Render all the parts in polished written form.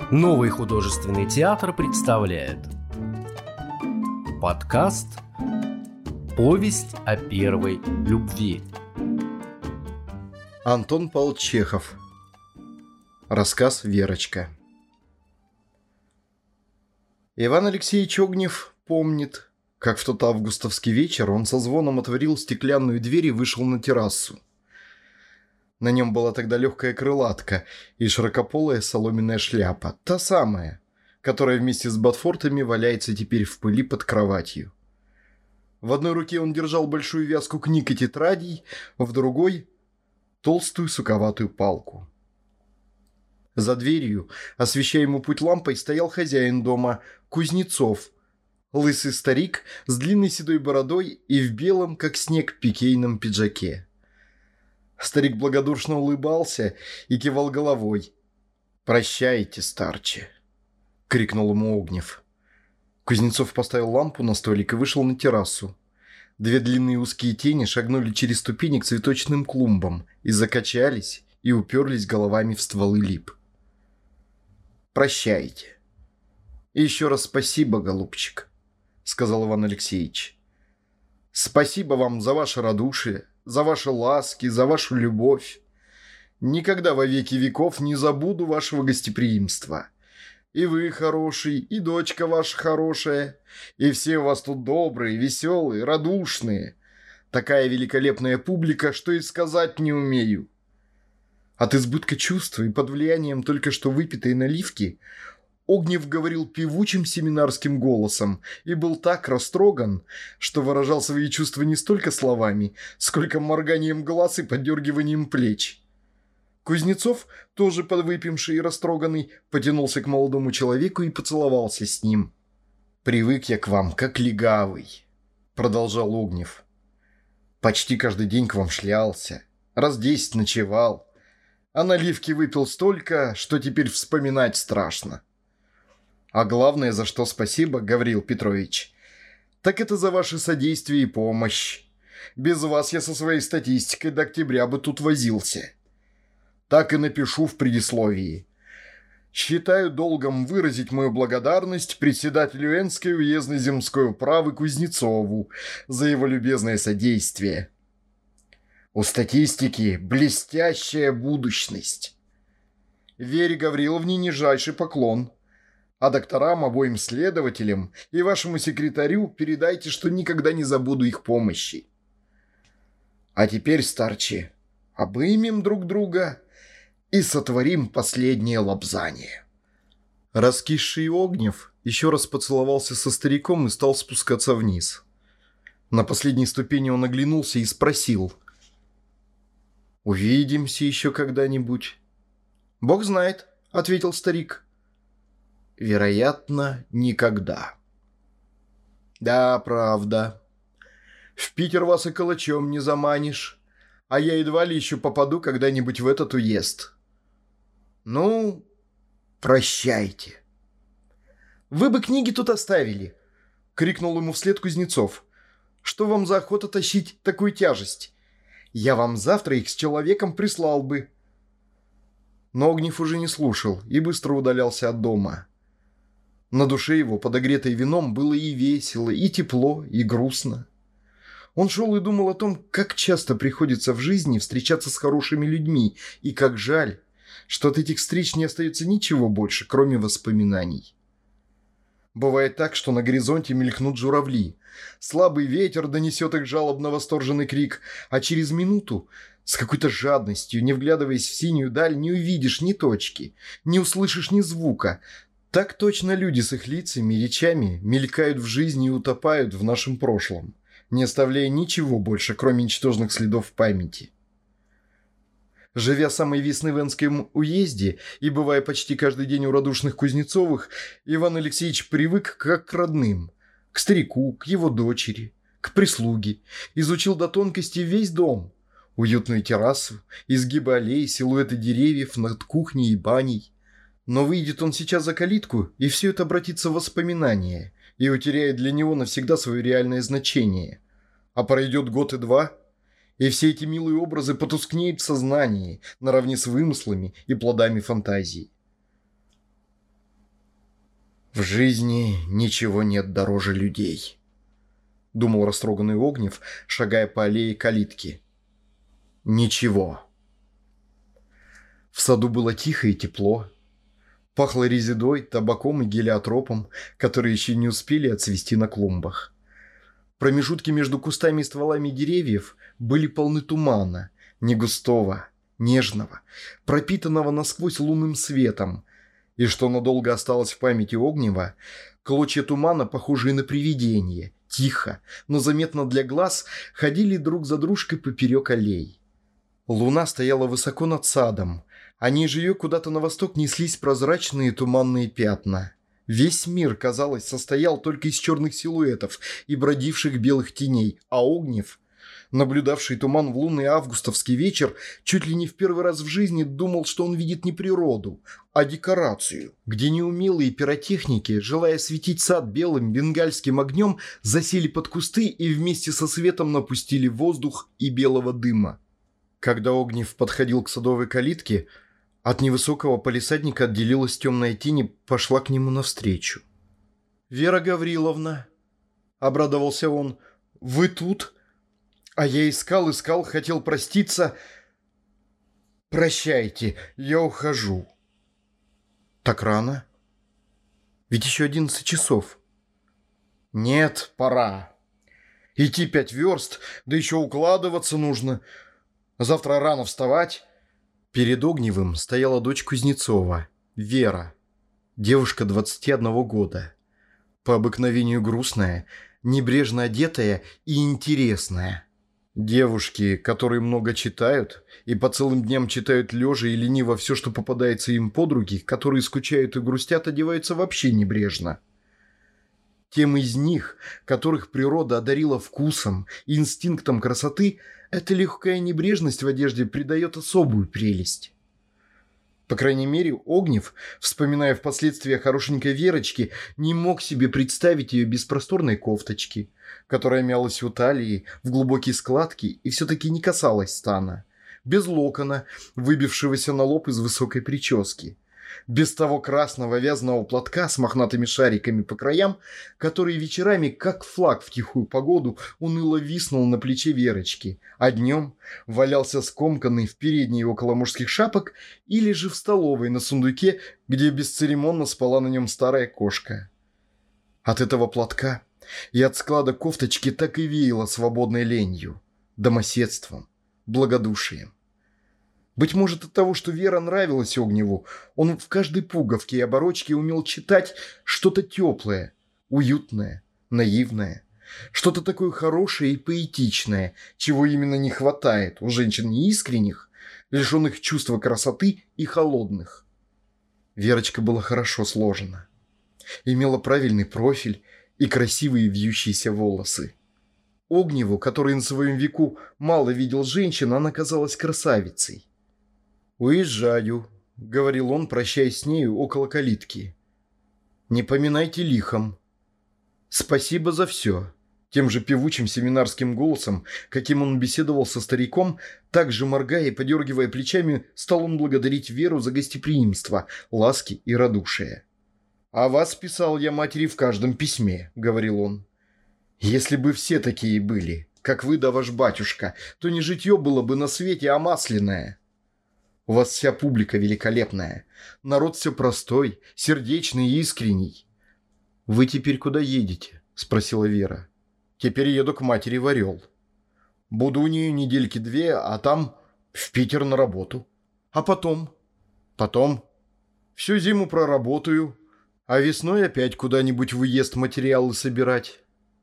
Новый художественный театр представляет подкаст «Повесть о первой любви». Антон Павлович Чехов. Рассказ «Верочка». Иван Алексеевич Огнев помнит, как в тот августовский вечер он со звоном отворил стеклянную дверь и вышел на террасу. На нем была тогда легкая крылатка и широкополая соломенная шляпа, та самая, которая вместе с ботфортами валяется теперь в пыли под кроватью. В одной руке он держал большую вязку книг и тетрадей, в другой – толстую суковатую палку. За дверью, освещая ему путь лампой, стоял хозяин дома, Кузнецов, лысый старик с длинной седой бородой и в белом, как снег, пикейном пиджаке. Старик благодушно улыбался и кивал головой. «Прощайте, старче!» — крикнул ему Огнев. Кузнецов поставил лампу на столик и вышел на террасу. Две длинные узкие тени шагнули через ступени к цветочным клумбам и закачались и уперлись головами в стволы лип. «Прощайте!» «И еще раз спасибо, голубчик!» — сказал Иван Алексеевич. «Спасибо вам за ваше радушие, за ваши ласки, за вашу любовь. Никогда во веки веков не забуду вашего гостеприимства. И вы хороший, и дочка ваша хорошая, и все у вас тут добрые, веселые, радушные. Такая великолепная публика, что и сказать не умею». От избытка чувства и под влиянием только что выпитой наливки Огнев говорил певучим семинарским голосом и был так растроган, что выражал свои чувства не столько словами, сколько морганием глаз и подергиванием плеч. Кузнецов, тоже подвыпивший и растроганный, потянулся к молодому человеку и поцеловался с ним. «Привык я к вам, как легавый», — продолжал Огнев. «Почти каждый день к вам шлялся, раз 10 ночевал, а наливки выпил столько, что теперь вспоминать страшно. А главное, за что спасибо, Гавриил Петрович, так это за ваше содействие и помощь. Без вас я со своей статистикой до октября бы тут возился. Так и напишу в предисловии. Считаю долгом выразить мою благодарность председателю Энской уездной земской управы Кузнецову за его любезное содействие. У статистики блестящая будущность. Вере Гавриловне нижайший поклон. А докторам, обоим следователям и вашему секретарю передайте, что никогда не забуду их помощи. А теперь, старче, обымем друг друга и сотворим последнее лобзание». Раскисший Огнев еще раз поцеловался со стариком и стал спускаться вниз. На последней ступени он оглянулся и спросил: «Увидимся еще когда-нибудь?» «Бог знает», — ответил старик. «Вероятно, никогда». «Да, правда. В Питер вас и калачом не заманишь, а я едва ли еще попаду когда-нибудь в этот уезд. Ну, прощайте». «Вы бы книги тут оставили», — крикнул ему вслед Кузнецов. «Что вам за охота тащить такую тяжесть? Я вам завтра их с человеком прислал бы». Но Огнев уже не слушал и быстро удалялся от дома. На душе его, подогретой вином, было и весело, и тепло, и грустно. Он шел и думал о том, как часто приходится в жизни встречаться с хорошими людьми, и как жаль, что от этих встреч не остается ничего больше, кроме воспоминаний. Бывает так, что на горизонте мелькнут журавли. Слабый ветер донесет их жалобно-восторженный крик, а через минуту, с какой-то жадностью, не вглядываясь в синюю даль, не увидишь ни точки, не услышишь ни звука. Так точно люди с их лицами и речами мелькают в жизни и утопают в нашем прошлом, не оставляя ничего больше, кроме ничтожных следов в памяти. Живя самой весны в Энском уезде и бывая почти каждый день у радушных Кузнецовых, Иван Алексеевич привык как к родным, к старику, к его дочери, к прислуге, изучил до тонкости весь дом, уютную террасу, изгибы аллей, силуэты деревьев над кухней и баней. Но выйдет он сейчас за калитку, и все это обратится в воспоминание и утеряет для него навсегда свое реальное значение. А пройдет год и два, и все эти милые образы потускнеют в сознании наравне с вымыслами и плодами фантазии. «В жизни ничего нет дороже людей», — думал растроганный Огнев, шагая по аллее калитки. «Ничего». В саду было тихо и тепло. Пахло резидой, табаком и гелиотропом, которые еще не успели отцвести на клумбах. Промежутки между кустами и стволами деревьев были полны тумана, не густого, нежного, пропитанного насквозь лунным светом, и что надолго осталось в памяти Огнева, клочья тумана, похожие на привидение, тихо, но заметно для глаз, ходили друг за дружкой поперек аллей. Луна стояла высоко над садом, а ниже ее куда-то на восток неслись прозрачные туманные пятна. Весь мир, казалось, состоял только из черных силуэтов и бродивших белых теней, а Огнев, наблюдавший туман в лунный августовский вечер, чуть ли не в первый раз в жизни думал, что он видит не природу, а декорацию, где неумелые пиротехники, желая светить сад белым бенгальским огнем, засели под кусты и вместе со светом напустили воздух и белого дыма. Когда Огнев подходил к садовой калитке, от невысокого палисадника отделилась темная тень и пошла к нему навстречу. «Вера Гавриловна», — обрадовался он, — «вы тут? А я искал, хотел проститься. Прощайте, я ухожу». «Так рано? Ведь еще 11 часов». «Нет, пора. Идти 5 верст, да еще укладываться нужно. Завтра рано вставать». Перед Огневым стояла дочь Кузнецова, Вера, девушка 21 года, по обыкновению грустная, небрежно одетая и интересная. Девушки, которые много читают и по целым дням читают лежа и лениво все, что попадается им под руки, которые скучают и грустят, одеваются вообще небрежно. Тем из них, которых природа одарила вкусом и инстинктом красоты, эта легкая небрежность в одежде придает особую прелесть. По крайней мере, Огнев, вспоминая впоследствии о хорошенькой Верочке, не мог себе представить ее без просторной кофточки, которая мялась у талии, в глубокие складки и все-таки не касалась стана, без локона, выбившегося на лоб из высокой прически, без того красного вязаного платка с мохнатыми шариками по краям, который вечерами, как флаг в тихую погоду, уныло виснул на плече Верочки, а днем валялся скомканный в передней около мужских шапок или же в столовой на сундуке, где бесцеремонно спала на нем старая кошка. От этого платка и от склада кофточки так и веяло свободной ленью, домоседством, благодушием. Быть может, от того, что Вера нравилась Огневу, он в каждой пуговке и оборочке умел читать что-то теплое, уютное, наивное, что-то такое хорошее и поэтичное, чего именно не хватает у женщин неискренних, лишенных чувства красоты и холодных. Верочка была хорошо сложена, имела правильный профиль и красивые вьющиеся волосы. Огневу, который на своем веку мало видел женщин, она казалась красавицей. «Уезжаю», — говорил он, прощаясь с нею около калитки. «Не поминайте лихом. Спасибо за все». Тем же певучим семинарским голосом, каким он беседовал со стариком, также моргая и подергивая плечами, стал он благодарить Веру за гостеприимство, ласки и радушие. «О вас писал я матери в каждом письме», — говорил он. «Если бы все такие были, как вы да ваш батюшка, то не житье было бы на свете, а масляное. У вас вся публика великолепная. Народ все простой, сердечный и искренний». «Вы теперь куда едете?» – спросила Вера. «Теперь еду к матери в Орел. Буду у нее недельки 2, а там в Питер на работу. А потом? Потом всю зиму проработаю, а весной опять куда-нибудь в уезд материалы собирать.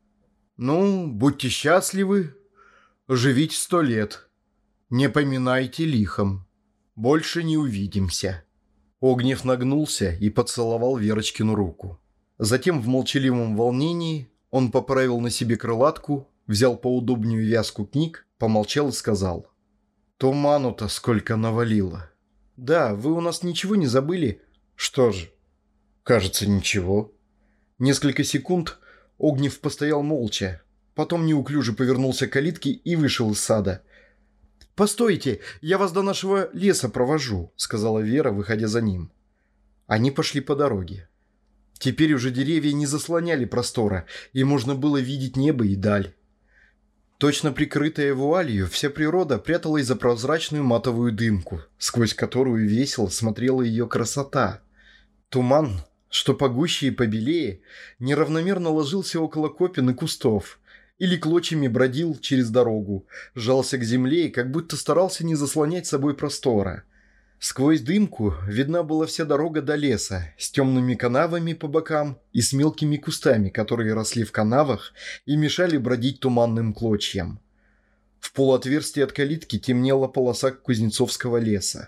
Ну, будьте счастливы, живите 100 лет. Не поминайте лихом. Больше не увидимся». Огнев нагнулся и поцеловал Верочкину руку. Затем в молчаливом волнении он поправил на себе крылатку, взял поудобнее вязку книг, помолчал и сказал: «Туману-то сколько навалило». «Да, вы у нас ничего не забыли?» «Что же?» «Кажется, ничего». Несколько секунд Огнев постоял молча, потом неуклюже повернулся к калитке и вышел из сада. «Постойте, я вас до нашего леса провожу», — сказала Вера, выходя за ним. Они пошли по дороге. Теперь уже деревья не заслоняли простора, и можно было видеть небо и даль. Точно прикрытая вуалью, вся природа пряталась за прозрачную матовую дымку, сквозь которую весело смотрела ее красота. Туман, что погуще и побелее, неравномерно ложился около копен и кустов, или клочьями бродил через дорогу, жался к земле и как будто старался не заслонять собой простора. Сквозь дымку видна была вся дорога до леса, с темными канавами по бокам и с мелкими кустами, которые росли в канавах и мешали бродить туманным клочьям. В полуотверстии от калитки темнела полоса кузнецовского леса.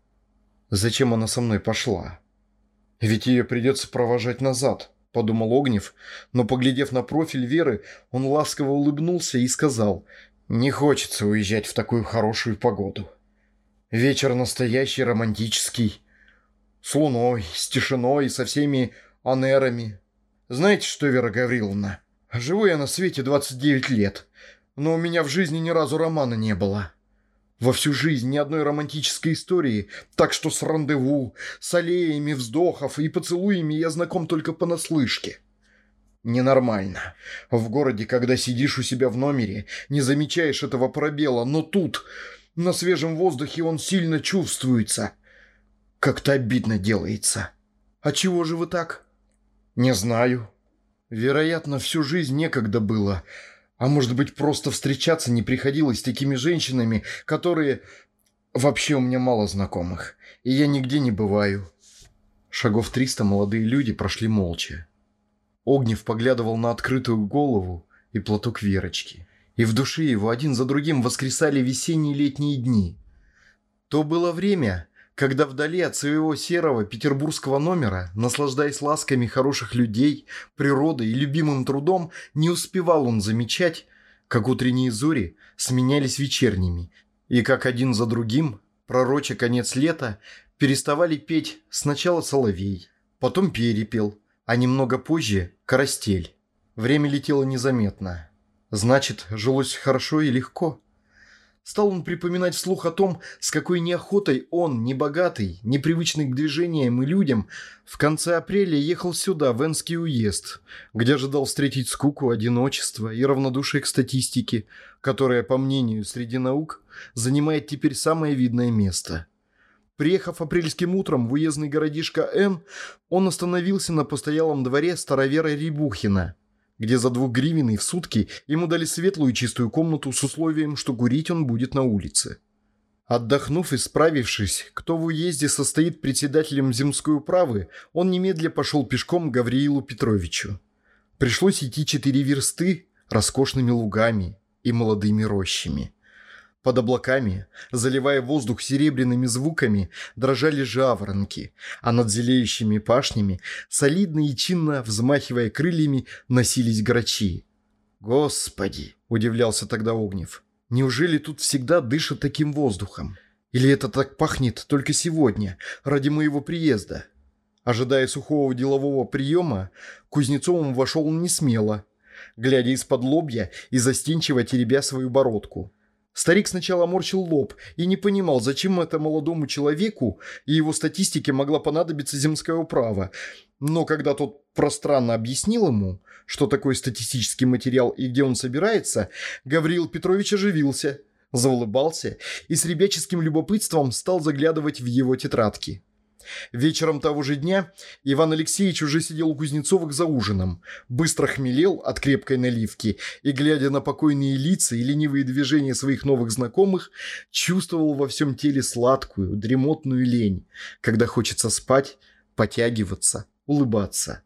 «Зачем она со мной пошла? Ведь ее придется провожать назад», — подумал Огнев, но, поглядев на профиль Веры, он ласково улыбнулся и сказал: «Не хочется уезжать в такую хорошую погоду. Вечер настоящий, романтический, с луной, с тишиной и со всеми анерами. Знаете что, Вера Гавриловна, живу я на свете 29 лет, но у меня в жизни ни разу романа не было. Во всю жизнь ни одной романтической истории, так что с рандеву, с аллеями вздохов и поцелуями я знаком только понаслышке. Ненормально. В городе, когда сидишь у себя в номере, не замечаешь этого пробела, но тут, на свежем воздухе, он сильно чувствуется. Как-то обидно делается. А чего же вы так? Не знаю. Вероятно, всю жизнь некогда было. А может быть, просто встречаться не приходилось с такими женщинами, которые... Вообще у меня мало знакомых, и я нигде не бываю. Шагов 300 молодые люди прошли молча. Огнев поглядывал на открытую голову и платок Верочки. И в душе его один за другим воскресали весенние летние дни. То было время, когда вдали от своего серого петербургского номера, наслаждаясь ласками хороших людей, природой и любимым трудом, не успевал он замечать, как утренние зори сменялись вечерними, и как один за другим, пророча конец лета, переставали петь сначала соловей, потом перепел, а немного позже – карастель. Время летело незаметно. Значит, жилось хорошо и легко. Стал он припоминать вслух о том, с какой неохотой он, небогатый, непривычный к движениям и людям, в конце апреля ехал сюда, в Энский уезд, где ожидал встретить скуку, одиночество и равнодушие к статистике, которая, по мнению среди наук, занимает теперь самое видное место. Приехав апрельским утром в уездный городишко Н, он остановился на постоялом дворе старовера Рябухина, где за 2 гривен в сутки ему дали светлую чистую комнату с условием, что курить он будет на улице. Отдохнув и справившись, кто в уезде состоит председателем земской управы, он немедля пошел пешком к Гавриилу Петровичу. Пришлось идти 4 версты роскошными лугами и молодыми рощами. Под облаками, заливая воздух серебряными звуками, дрожали жаворонки, а над зелеющими пашнями, солидно и чинно взмахивая крыльями, носились грачи. «Господи!» – удивлялся тогда Огнев. «Неужели тут всегда дышат таким воздухом? Или это так пахнет только сегодня, ради моего приезда?» Ожидая сухого делового приема, Кузнецовым вошел он несмело, глядя из-под лобья и застенчиво теребя свою бородку. Старик сначала морщил лоб и не понимал, зачем это молодому человеку и его статистике могла понадобиться земская управа. Но когда тот пространно объяснил ему, что такое статистический материал и где он собирается, Гавриил Петрович оживился, заулыбался и с ребяческим любопытством стал заглядывать в его тетрадки. Вечером того же дня Иван Алексеевич уже сидел у Кузнецовых за ужином, быстро хмелел от крепкой наливки и, глядя на покойные лица и ленивые движения своих новых знакомых, чувствовал во всем теле сладкую, дремотную лень, когда хочется спать, потягиваться, улыбаться.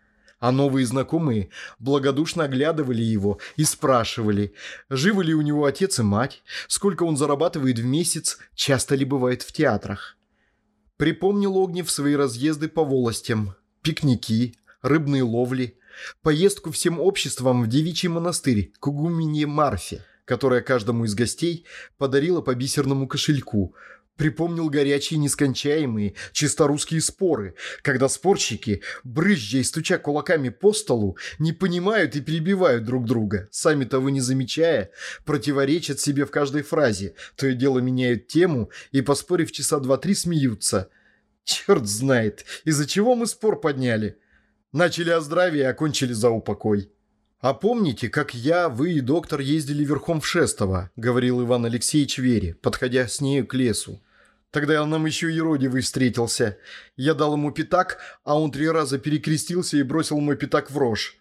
А новые знакомые благодушно оглядывали его и спрашивали, живы ли у него отец и мать, сколько он зарабатывает в месяц, часто ли бывает в театрах. Припомнил Огнев свои разъезды по волостям, пикники, рыбные ловли, поездку всем обществом в девичий монастырь к игуменье Марфе, которая каждому из гостей подарила по бисерному кошельку. Припомнил горячие нескончаемые чисто русские споры, когда спорщики, брызжа и стуча кулаками по столу, не понимают и перебивают друг друга, сами того не замечая, противоречат себе в каждой фразе, то и дело меняют тему и, поспорив часа 2-3, смеются. Черт знает, из-за чего мы спор подняли. Начали о здравии, окончили за упокой. «А помните, как я, вы и доктор ездили верхом в Шестово?» — говорил Иван Алексеевич Вере, подходя с нею к лесу. «Тогда он нам еще юродивый встретился. Я дал ему пятак, а он 3 раза перекрестился и бросил мой пятак в рожь.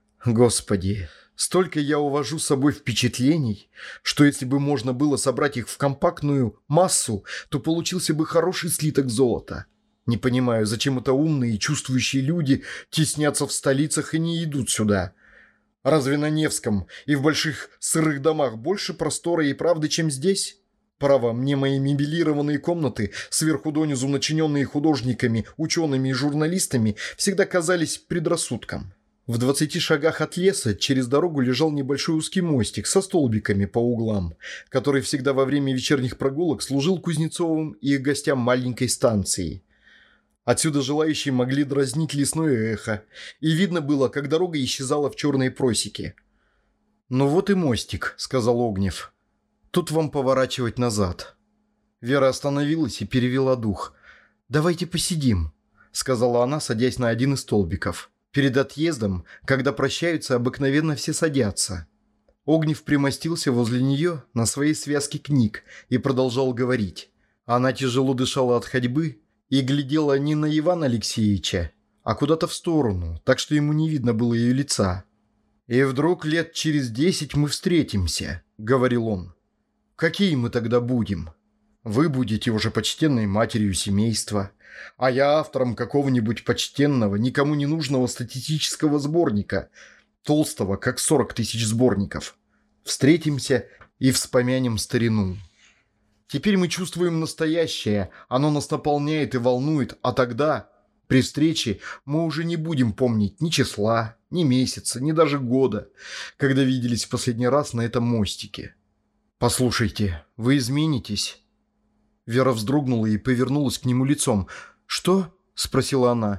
Господи, столько я увожу с собой впечатлений, что если бы можно было собрать их в компактную массу, то получился бы хороший слиток золота. Не понимаю, зачем это умные и чувствующие люди теснятся в столицах и не идут сюда. Разве на Невском и в больших сырых домах больше простора и правды, чем здесь? Право, мне мои мебелированные комнаты, сверху донизу начиненные художниками, учеными и журналистами, всегда казались предрассудком. В 20 шагах от леса через дорогу лежал небольшой узкий мостик со столбиками по углам, который всегда во время вечерних прогулок служил Кузнецовым и их гостям маленькой станции. Отсюда желающие могли дразнить лесное эхо, и видно было, как дорога исчезала в черной просеке. «Ну вот и мостик», — сказал Огнев. «Тут вам поворачивать назад». Вера остановилась и перевела дух. «Давайте посидим», — сказала она, садясь на один из столбиков. Перед отъездом, когда прощаются, обыкновенно все садятся. Огнев примостился возле нее на своей связке книг и продолжал говорить. Она тяжело дышала от ходьбы и глядела не на Ивана Алексеевича, а куда-то в сторону, так что ему не видно было ее лица. «И вдруг лет через 10 мы встретимся», — говорил он. «Какие мы тогда будем? Вы будете уже почтенной матерью семейства, а я автором какого-нибудь почтенного, никому не нужного статистического сборника, толстого, как 40 000 сборников. Встретимся и вспомянем старину. Теперь мы чувствуем настоящее, оно нас наполняет и волнует, а тогда, при встрече, мы уже не будем помнить ни числа, ни месяца, ни даже года, когда виделись в последний раз на этом мостике. Послушайте, вы изменитесь». Вера вздрогнула и повернулась к нему лицом. «Что?» – спросила она.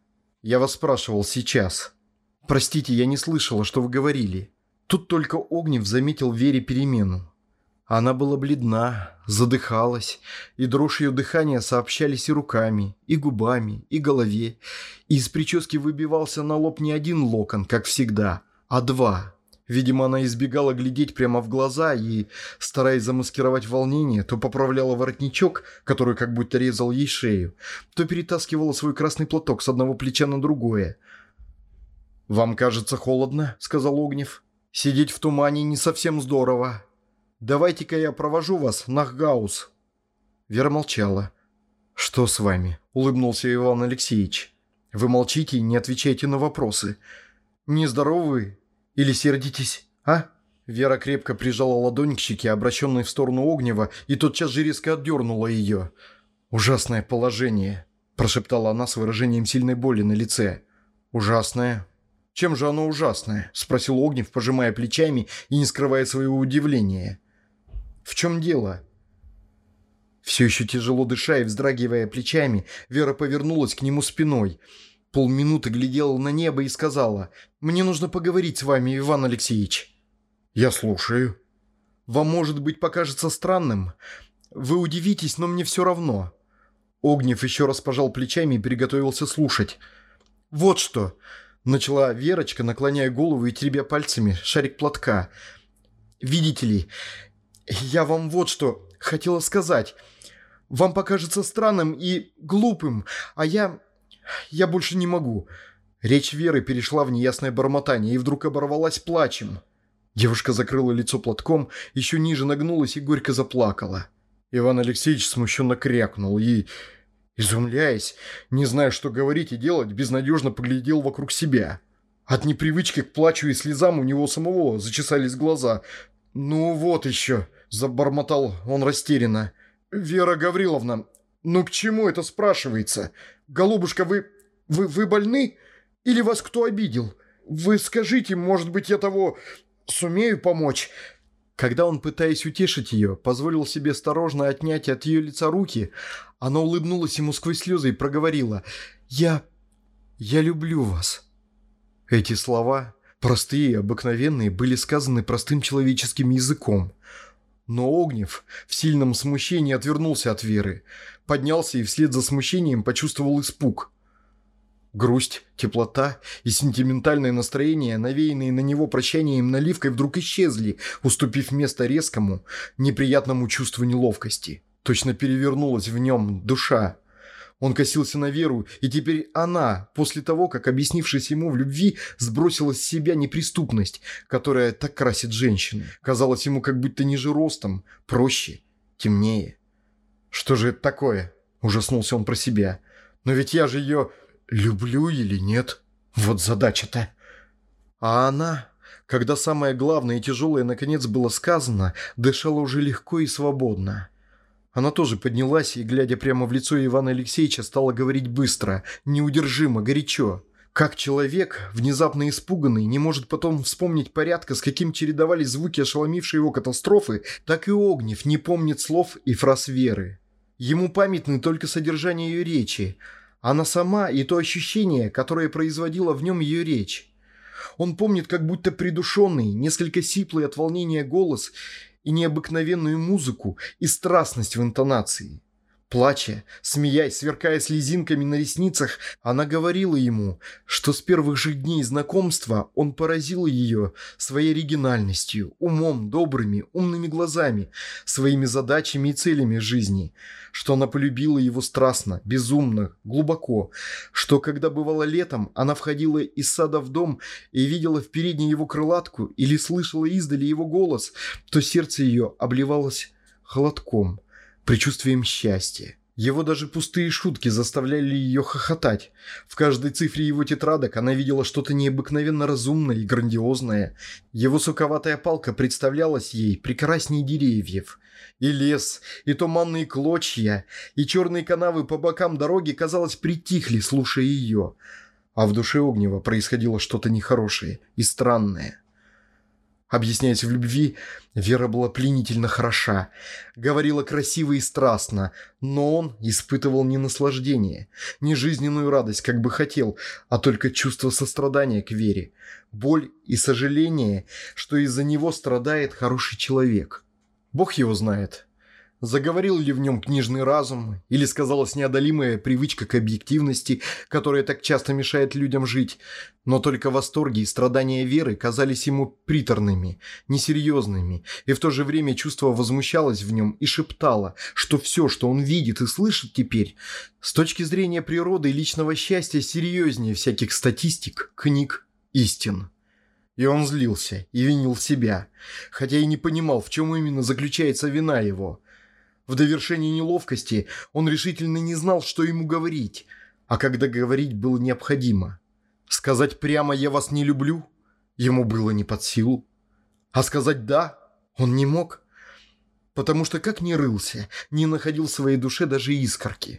«Я вас спрашивал сейчас. Простите, я не слышала, что вы говорили». Тут только Огнев заметил в Вере перемену. Она была бледна, задыхалась, и дрожь ее дыхания сообщались и руками, и губами, и голове, и из прически выбивался на лоб не один локон, как всегда, а 2. Видимо, она избегала глядеть прямо в глаза и, стараясь замаскировать волнение, то поправляла воротничок, который как будто резал ей шею, то перетаскивала свой красный платок с одного плеча на другое. «Вам кажется холодно?» — сказал Огнев. «Сидеть в тумане не совсем здорово. Давайте-ка я провожу вас на Гаус». Вера молчала. «Что с вами?» — улыбнулся Иван Алексеевич. «Вы молчите и не отвечаете на вопросы. Нездоровы вы? Или сердитесь, а?» Вера крепко прижала ладонь к щеке, обращенной в сторону Огнева, и тотчас же резко отдернула ее. «Ужасное положение», – прошептала она с выражением сильной боли на лице. «Ужасное? Чем же оно ужасное?» – спросил Огнев, пожимая плечами и не скрывая своего удивления. «В чем дело?» Все еще тяжело дыша и вздрагивая плечами, Вера повернулась к нему спиной. Полминуты глядела на небо и сказала: «Мне нужно поговорить с вами, Иван Алексеевич». «Я слушаю». «Вам, может быть, покажется странным. Вы удивитесь, но мне все равно». Огнев еще раз пожал плечами и приготовился слушать. «Вот что», — начала Верочка, наклоняя голову и теребя пальцами шарик платка. «Видите ли, я вам вот что хотела сказать. Вам покажется странным и глупым, а я больше не могу». Речь Веры перешла в неясное бормотание и вдруг оборвалась плачем. Девушка закрыла лицо платком, еще ниже нагнулась и горько заплакала. Иван Алексеевич смущенно крякнул и, изумляясь, не зная, что говорить и делать, безнадежно поглядел вокруг себя. От непривычки к плачу и слезам у него самого зачесались глаза. «Ну вот еще», — забормотал он растерянно. «Вера Гавриловна, ну к чему это спрашивается? Голубушка, вы больны? Или вас кто обидел? Вы скажите, может быть, я того сумею помочь?» Когда он, пытаясь утешить ее, позволил себе осторожно отнять от ее лица руки, она улыбнулась ему сквозь слезы и проговорила: «Я люблю вас». Эти слова, простые и обыкновенные, были сказаны простым человеческим языком. Но Огнев в сильном смущении отвернулся от Веры, поднялся и вслед за смущением почувствовал испуг. Грусть, теплота и сентиментальное настроение, навеянные на него прощанием наливкой, вдруг исчезли, уступив место резкому, неприятному чувству неловкости. Точно перевернулась в нем душа. Он косился на Веру, и теперь она, после того, как, объяснившись ему в любви, сбросила с себя неприступность, которая так красит женщину. Казалось ему как будто ниже ростом, проще, темнее. «Что же это такое?» – ужаснулся он про себя. «Но ведь я же ее люблю или нет? Вот задача-то!» А она, когда самое главное и тяжелое наконец было сказано, дышала уже легко и свободно. Она тоже поднялась и, глядя прямо в лицо Ивана Алексеевича, стала говорить быстро, неудержимо, горячо. Как человек, внезапно испуганный, не может потом вспомнить порядка, с каким чередовались звуки ошеломившей его катастрофы, так и Огнев не помнит слов и фраз Веры. Ему памятны только содержание ее речи, она сама и то ощущение, которое производила в нем ее речь. Он помнит как будто придушенный, несколько сиплый от волнения голос и необыкновенную музыку и страстность в интонации. Плача, смеясь, сверкая слезинками на ресницах, она говорила ему, что с первых же дней знакомства он поразил ее своей оригинальностью, умом, добрыми, умными глазами, своими задачами и целями жизни, что она полюбила его страстно, безумно, глубоко, что, когда бывало летом, она входила из сада в дом и видела в передней его крылатку или слышала издали его голос, то сердце ее обливалось холодком, предчувствием счастья. Его даже пустые шутки заставляли ее хохотать. В каждой цифре его тетрадок она видела что-то необыкновенно разумное и грандиозное. Его суковатая палка представлялась ей прекрасней деревьев. И лес, и туманные клочья, и черные канавы по бокам дороги, казалось, притихли, слушая ее. А в душе Огнева происходило что-то нехорошее и странное. Объясняясь в любви, Вера была пленительно хороша, говорила красиво и страстно, но он испытывал не наслаждение, не жизненную радость, как бы хотел, а только чувство сострадания к Вере, боль и сожаление, что из-за него страдает хороший человек. Бог его знает. Заговорил ли в нем книжный разум, или сказалась неодолимая привычка к объективности, которая так часто мешает людям жить, но только восторги и страдания Веры казались ему приторными, несерьезными, и в то же время чувство возмущалось в нем и шептало, что все, что он видит и слышит теперь, с точки зрения природы и личного счастья, серьезнее всяких статистик, книг, истин. И он злился и винил себя, хотя и не понимал, в чем именно заключается вина его. В довершении неловкости он решительно не знал, что ему говорить, а когда говорить было необходимо. Сказать прямо «я вас не люблю» ему было не под силу, а сказать «да» он не мог, потому что как ни рылся, не находил в своей душе даже искорки.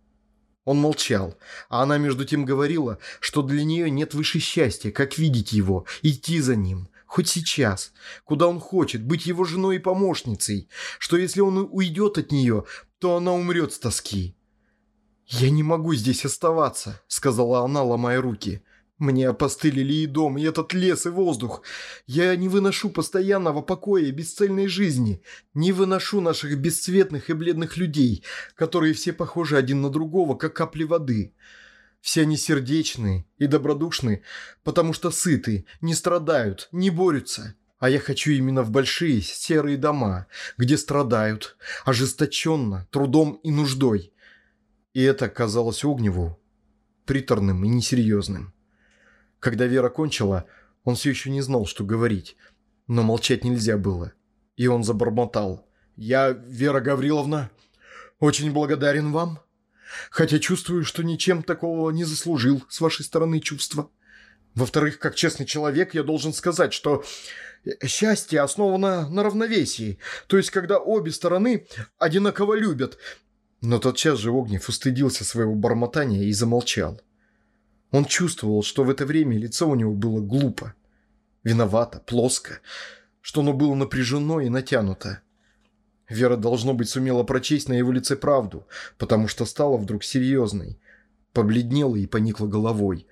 Он молчал, а она между тем говорила, что для нее нет выше счастья, как видеть его, идти за ним, хоть сейчас, куда он хочет, быть его женой и помощницей, что если он уйдет от нее, то она умрет с тоски. «Я не могу здесь оставаться», — сказала она, ломая руки. «Мне опостылили и дом, и этот лес, и воздух. Я не выношу постоянного покоя и бесцельной жизни, не выношу наших бесцветных и бледных людей, которые все похожи один на другого, как капли воды». Все они сердечные и добродушны, потому что сыты, не страдают, не борются. А я хочу именно в большие серые дома, где страдают, ожесточенно, трудом и нуждой. И это казалось Огневу приторным и несерьезным. Когда Вера кончила, он все еще не знал, что говорить, но молчать нельзя было. И он забормотал: «Я, Вера Гавриловна, очень благодарен вам. Хотя чувствую, что ничем такого не заслужил с вашей стороны чувства. Во-вторых, как честный человек, я должен сказать, что счастье основано на равновесии, то есть когда обе стороны одинаково любят». Но тотчас же Огнев устыдился своего бормотания и замолчал. Он чувствовал, что в это время лицо у него было глупо, виновато, плоско, что оно было напряжено и натянуто. Вера, должно быть, сумела прочесть на его лице правду, потому что стала вдруг серьезной, побледнела и поникла головой.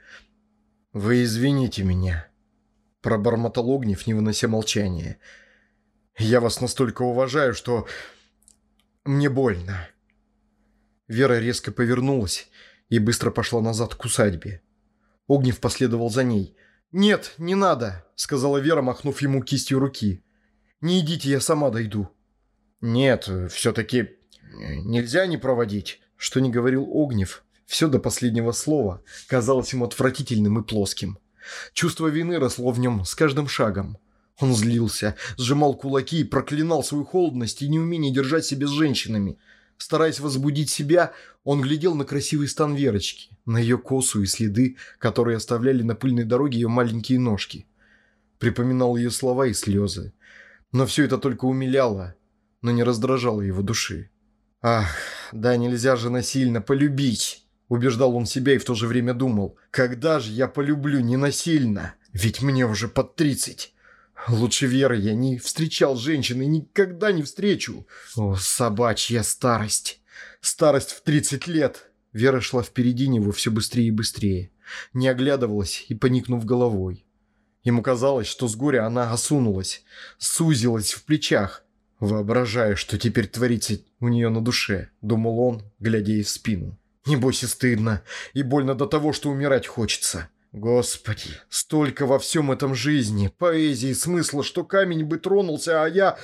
«Вы извините меня», — пробормотал Огнев, не вынося молчания. «Я вас настолько уважаю, что мне больно». Вера резко повернулась и быстро пошла назад к усадьбе. Огнев последовал за ней. «Нет, не надо», — сказала Вера, махнув ему кистью руки. «Не идите, я сама дойду». «Нет, все-таки нельзя не проводить», — что ни говорил Огнев. Все до последнего слова казалось ему отвратительным и плоским. Чувство вины росло в нем с каждым шагом. Он злился, сжимал кулаки и проклинал свою холодность и неумение держать себя с женщинами. Стараясь возбудить себя, он глядел на красивый стан Верочки, на ее косу и следы, которые оставляли на пыльной дороге ее маленькие ножки. Припоминал ее слова и слезы. Но все это только умиляло, но не раздражало его души. «Ах, да нельзя же насильно полюбить!» Убеждал он себя и в то же время думал. «Когда же я полюблю ненасильно? Ведь мне уже под 30. Лучше Веры я не встречал женщин и никогда не встречу. О, собачья старость! Старость в 30 лет!» Вера шла впереди него все быстрее и быстрее. Не оглядывалась и поникнув головой. Ему казалось, что с горя она осунулась, сузилась в плечах. «Воображая, что теперь творится у нее на душе», — думал он, глядя ей в спину. «Небось и стыдно, и больно до того, что умирать хочется. Господи, столько во всем этом жизни, поэзии, смысла, что камень бы тронулся, а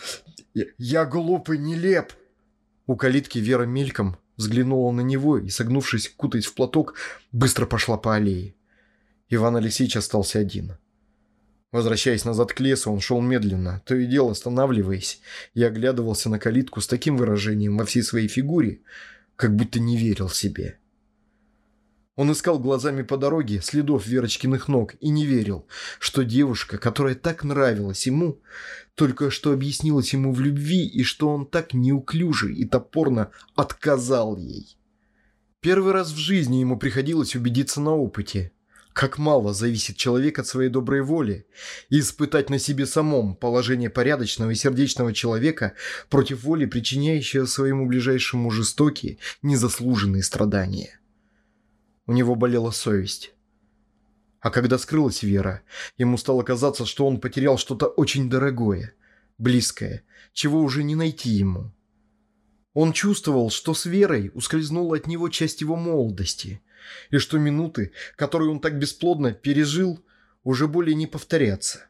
я глуп и нелеп». У калитки Вера мельком взглянула на него и, согнувшись, кутаясь в платок, быстро пошла по аллее. Иван Алексеевич остался один. Возвращаясь назад к лесу, он шел медленно, то и дело останавливаясь, и оглядывался на калитку с таким выражением во всей своей фигуре, как будто не верил себе. Он искал глазами по дороге следов Верочкиных ног и не верил, что девушка, которая так нравилась ему, только что объяснилась ему в любви и что он так неуклюже и топорно отказал ей. Первый раз в жизни ему приходилось убедиться на опыте, как мало зависит человек от своей доброй воли, и испытать на себе самом положение порядочного и сердечного человека против воли, причиняющего своему ближайшему жестокие, незаслуженные страдания. У него болела совесть. А когда скрылась Вера, ему стало казаться, что он потерял что-то очень дорогое, близкое, чего уже не найти ему. Он чувствовал, что с Верой ускользнула от него часть его молодости, и что минуты, которые он так бесплодно пережил, уже более не повторятся.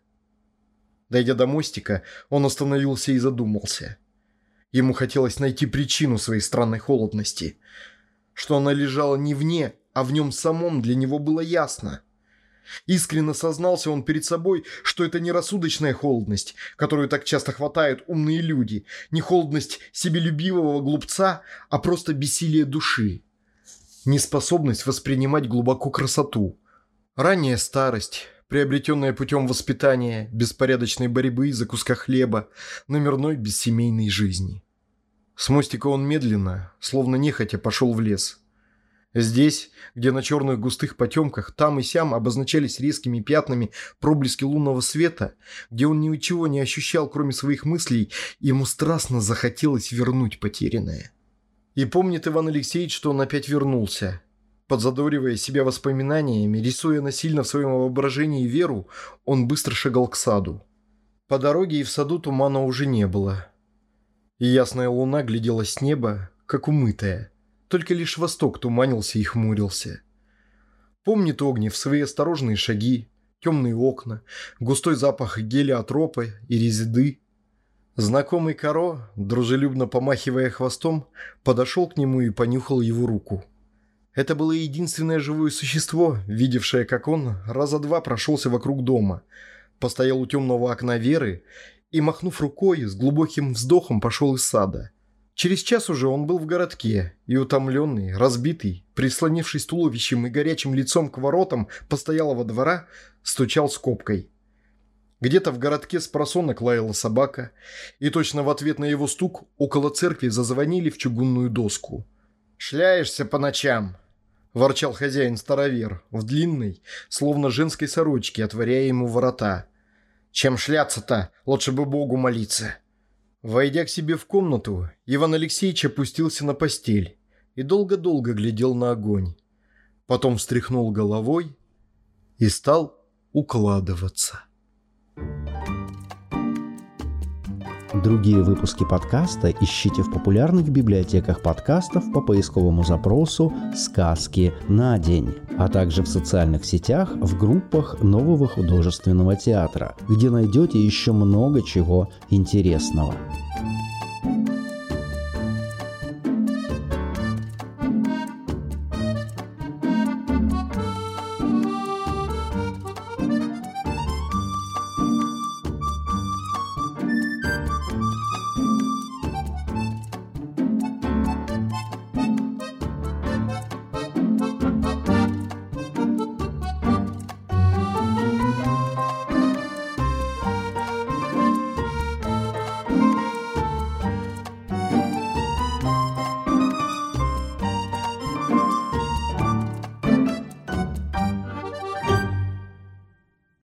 Дойдя до мостика, он остановился и задумался. Ему хотелось найти причину своей странной холодности. Что она лежала не вне, а в нем самом, для него было ясно. Искренне сознался он перед собой, что это не рассудочная холодность, которую так часто хватают умные люди, не холодность себелюбивого глупца, а просто бессилие души. Неспособность воспринимать глубоко красоту. Ранняя старость, приобретенная путем воспитания, беспорядочной борьбы за куска хлеба, номерной бессемейной жизни. С мостика он медленно, словно нехотя, пошел в лес. Здесь, где на черных густых потемках там и сям обозначались резкими пятнами проблески лунного света, где он ничего не ощущал, кроме своих мыслей, ему страстно захотелось вернуть потерянное. И помнит Иван Алексеевич, что он опять вернулся. Подзадоривая себя воспоминаниями, рисуя насильно в своем воображении Веру, он быстро шагал к саду. По дороге и в саду тумана уже не было. И ясная луна глядела с неба, как умытая. Только лишь восток туманился и хмурился. Помнит Огнев свои осторожные шаги, темные окна, густой запах гелиотропа и резиды. Знакомый Каро, дружелюбно помахивая хвостом, подошел к нему и понюхал его руку. Это было единственное живое существо, видевшее, как он раза два прошелся вокруг дома, постоял у темного окна Веры и, махнув рукой, с глубоким вздохом пошел из сада. Через час уже он был в городке, и утомленный, разбитый, прислонившись туловищем и горячим лицом к воротам постоялого двора, стучал скобкой. Где-то в городке спросонок лаяла собака, и точно в ответ на его стук около церкви зазвонили в чугунную доску. «Шляешься по ночам!» – ворчал хозяин-старовер в длинной, словно женской сорочке, отворяя ему ворота. «Чем шляться-то? Лучше бы Богу молиться!» Войдя к себе в комнату, Иван Алексеевич опустился на постель и долго-долго глядел на огонь. Потом встряхнул головой и стал укладываться. Другие выпуски подкаста ищите в популярных библиотеках подкастов по поисковому запросу «Сказки на день», а также в социальных сетях в группах Нового художественного театра, где найдете еще много чего интересного.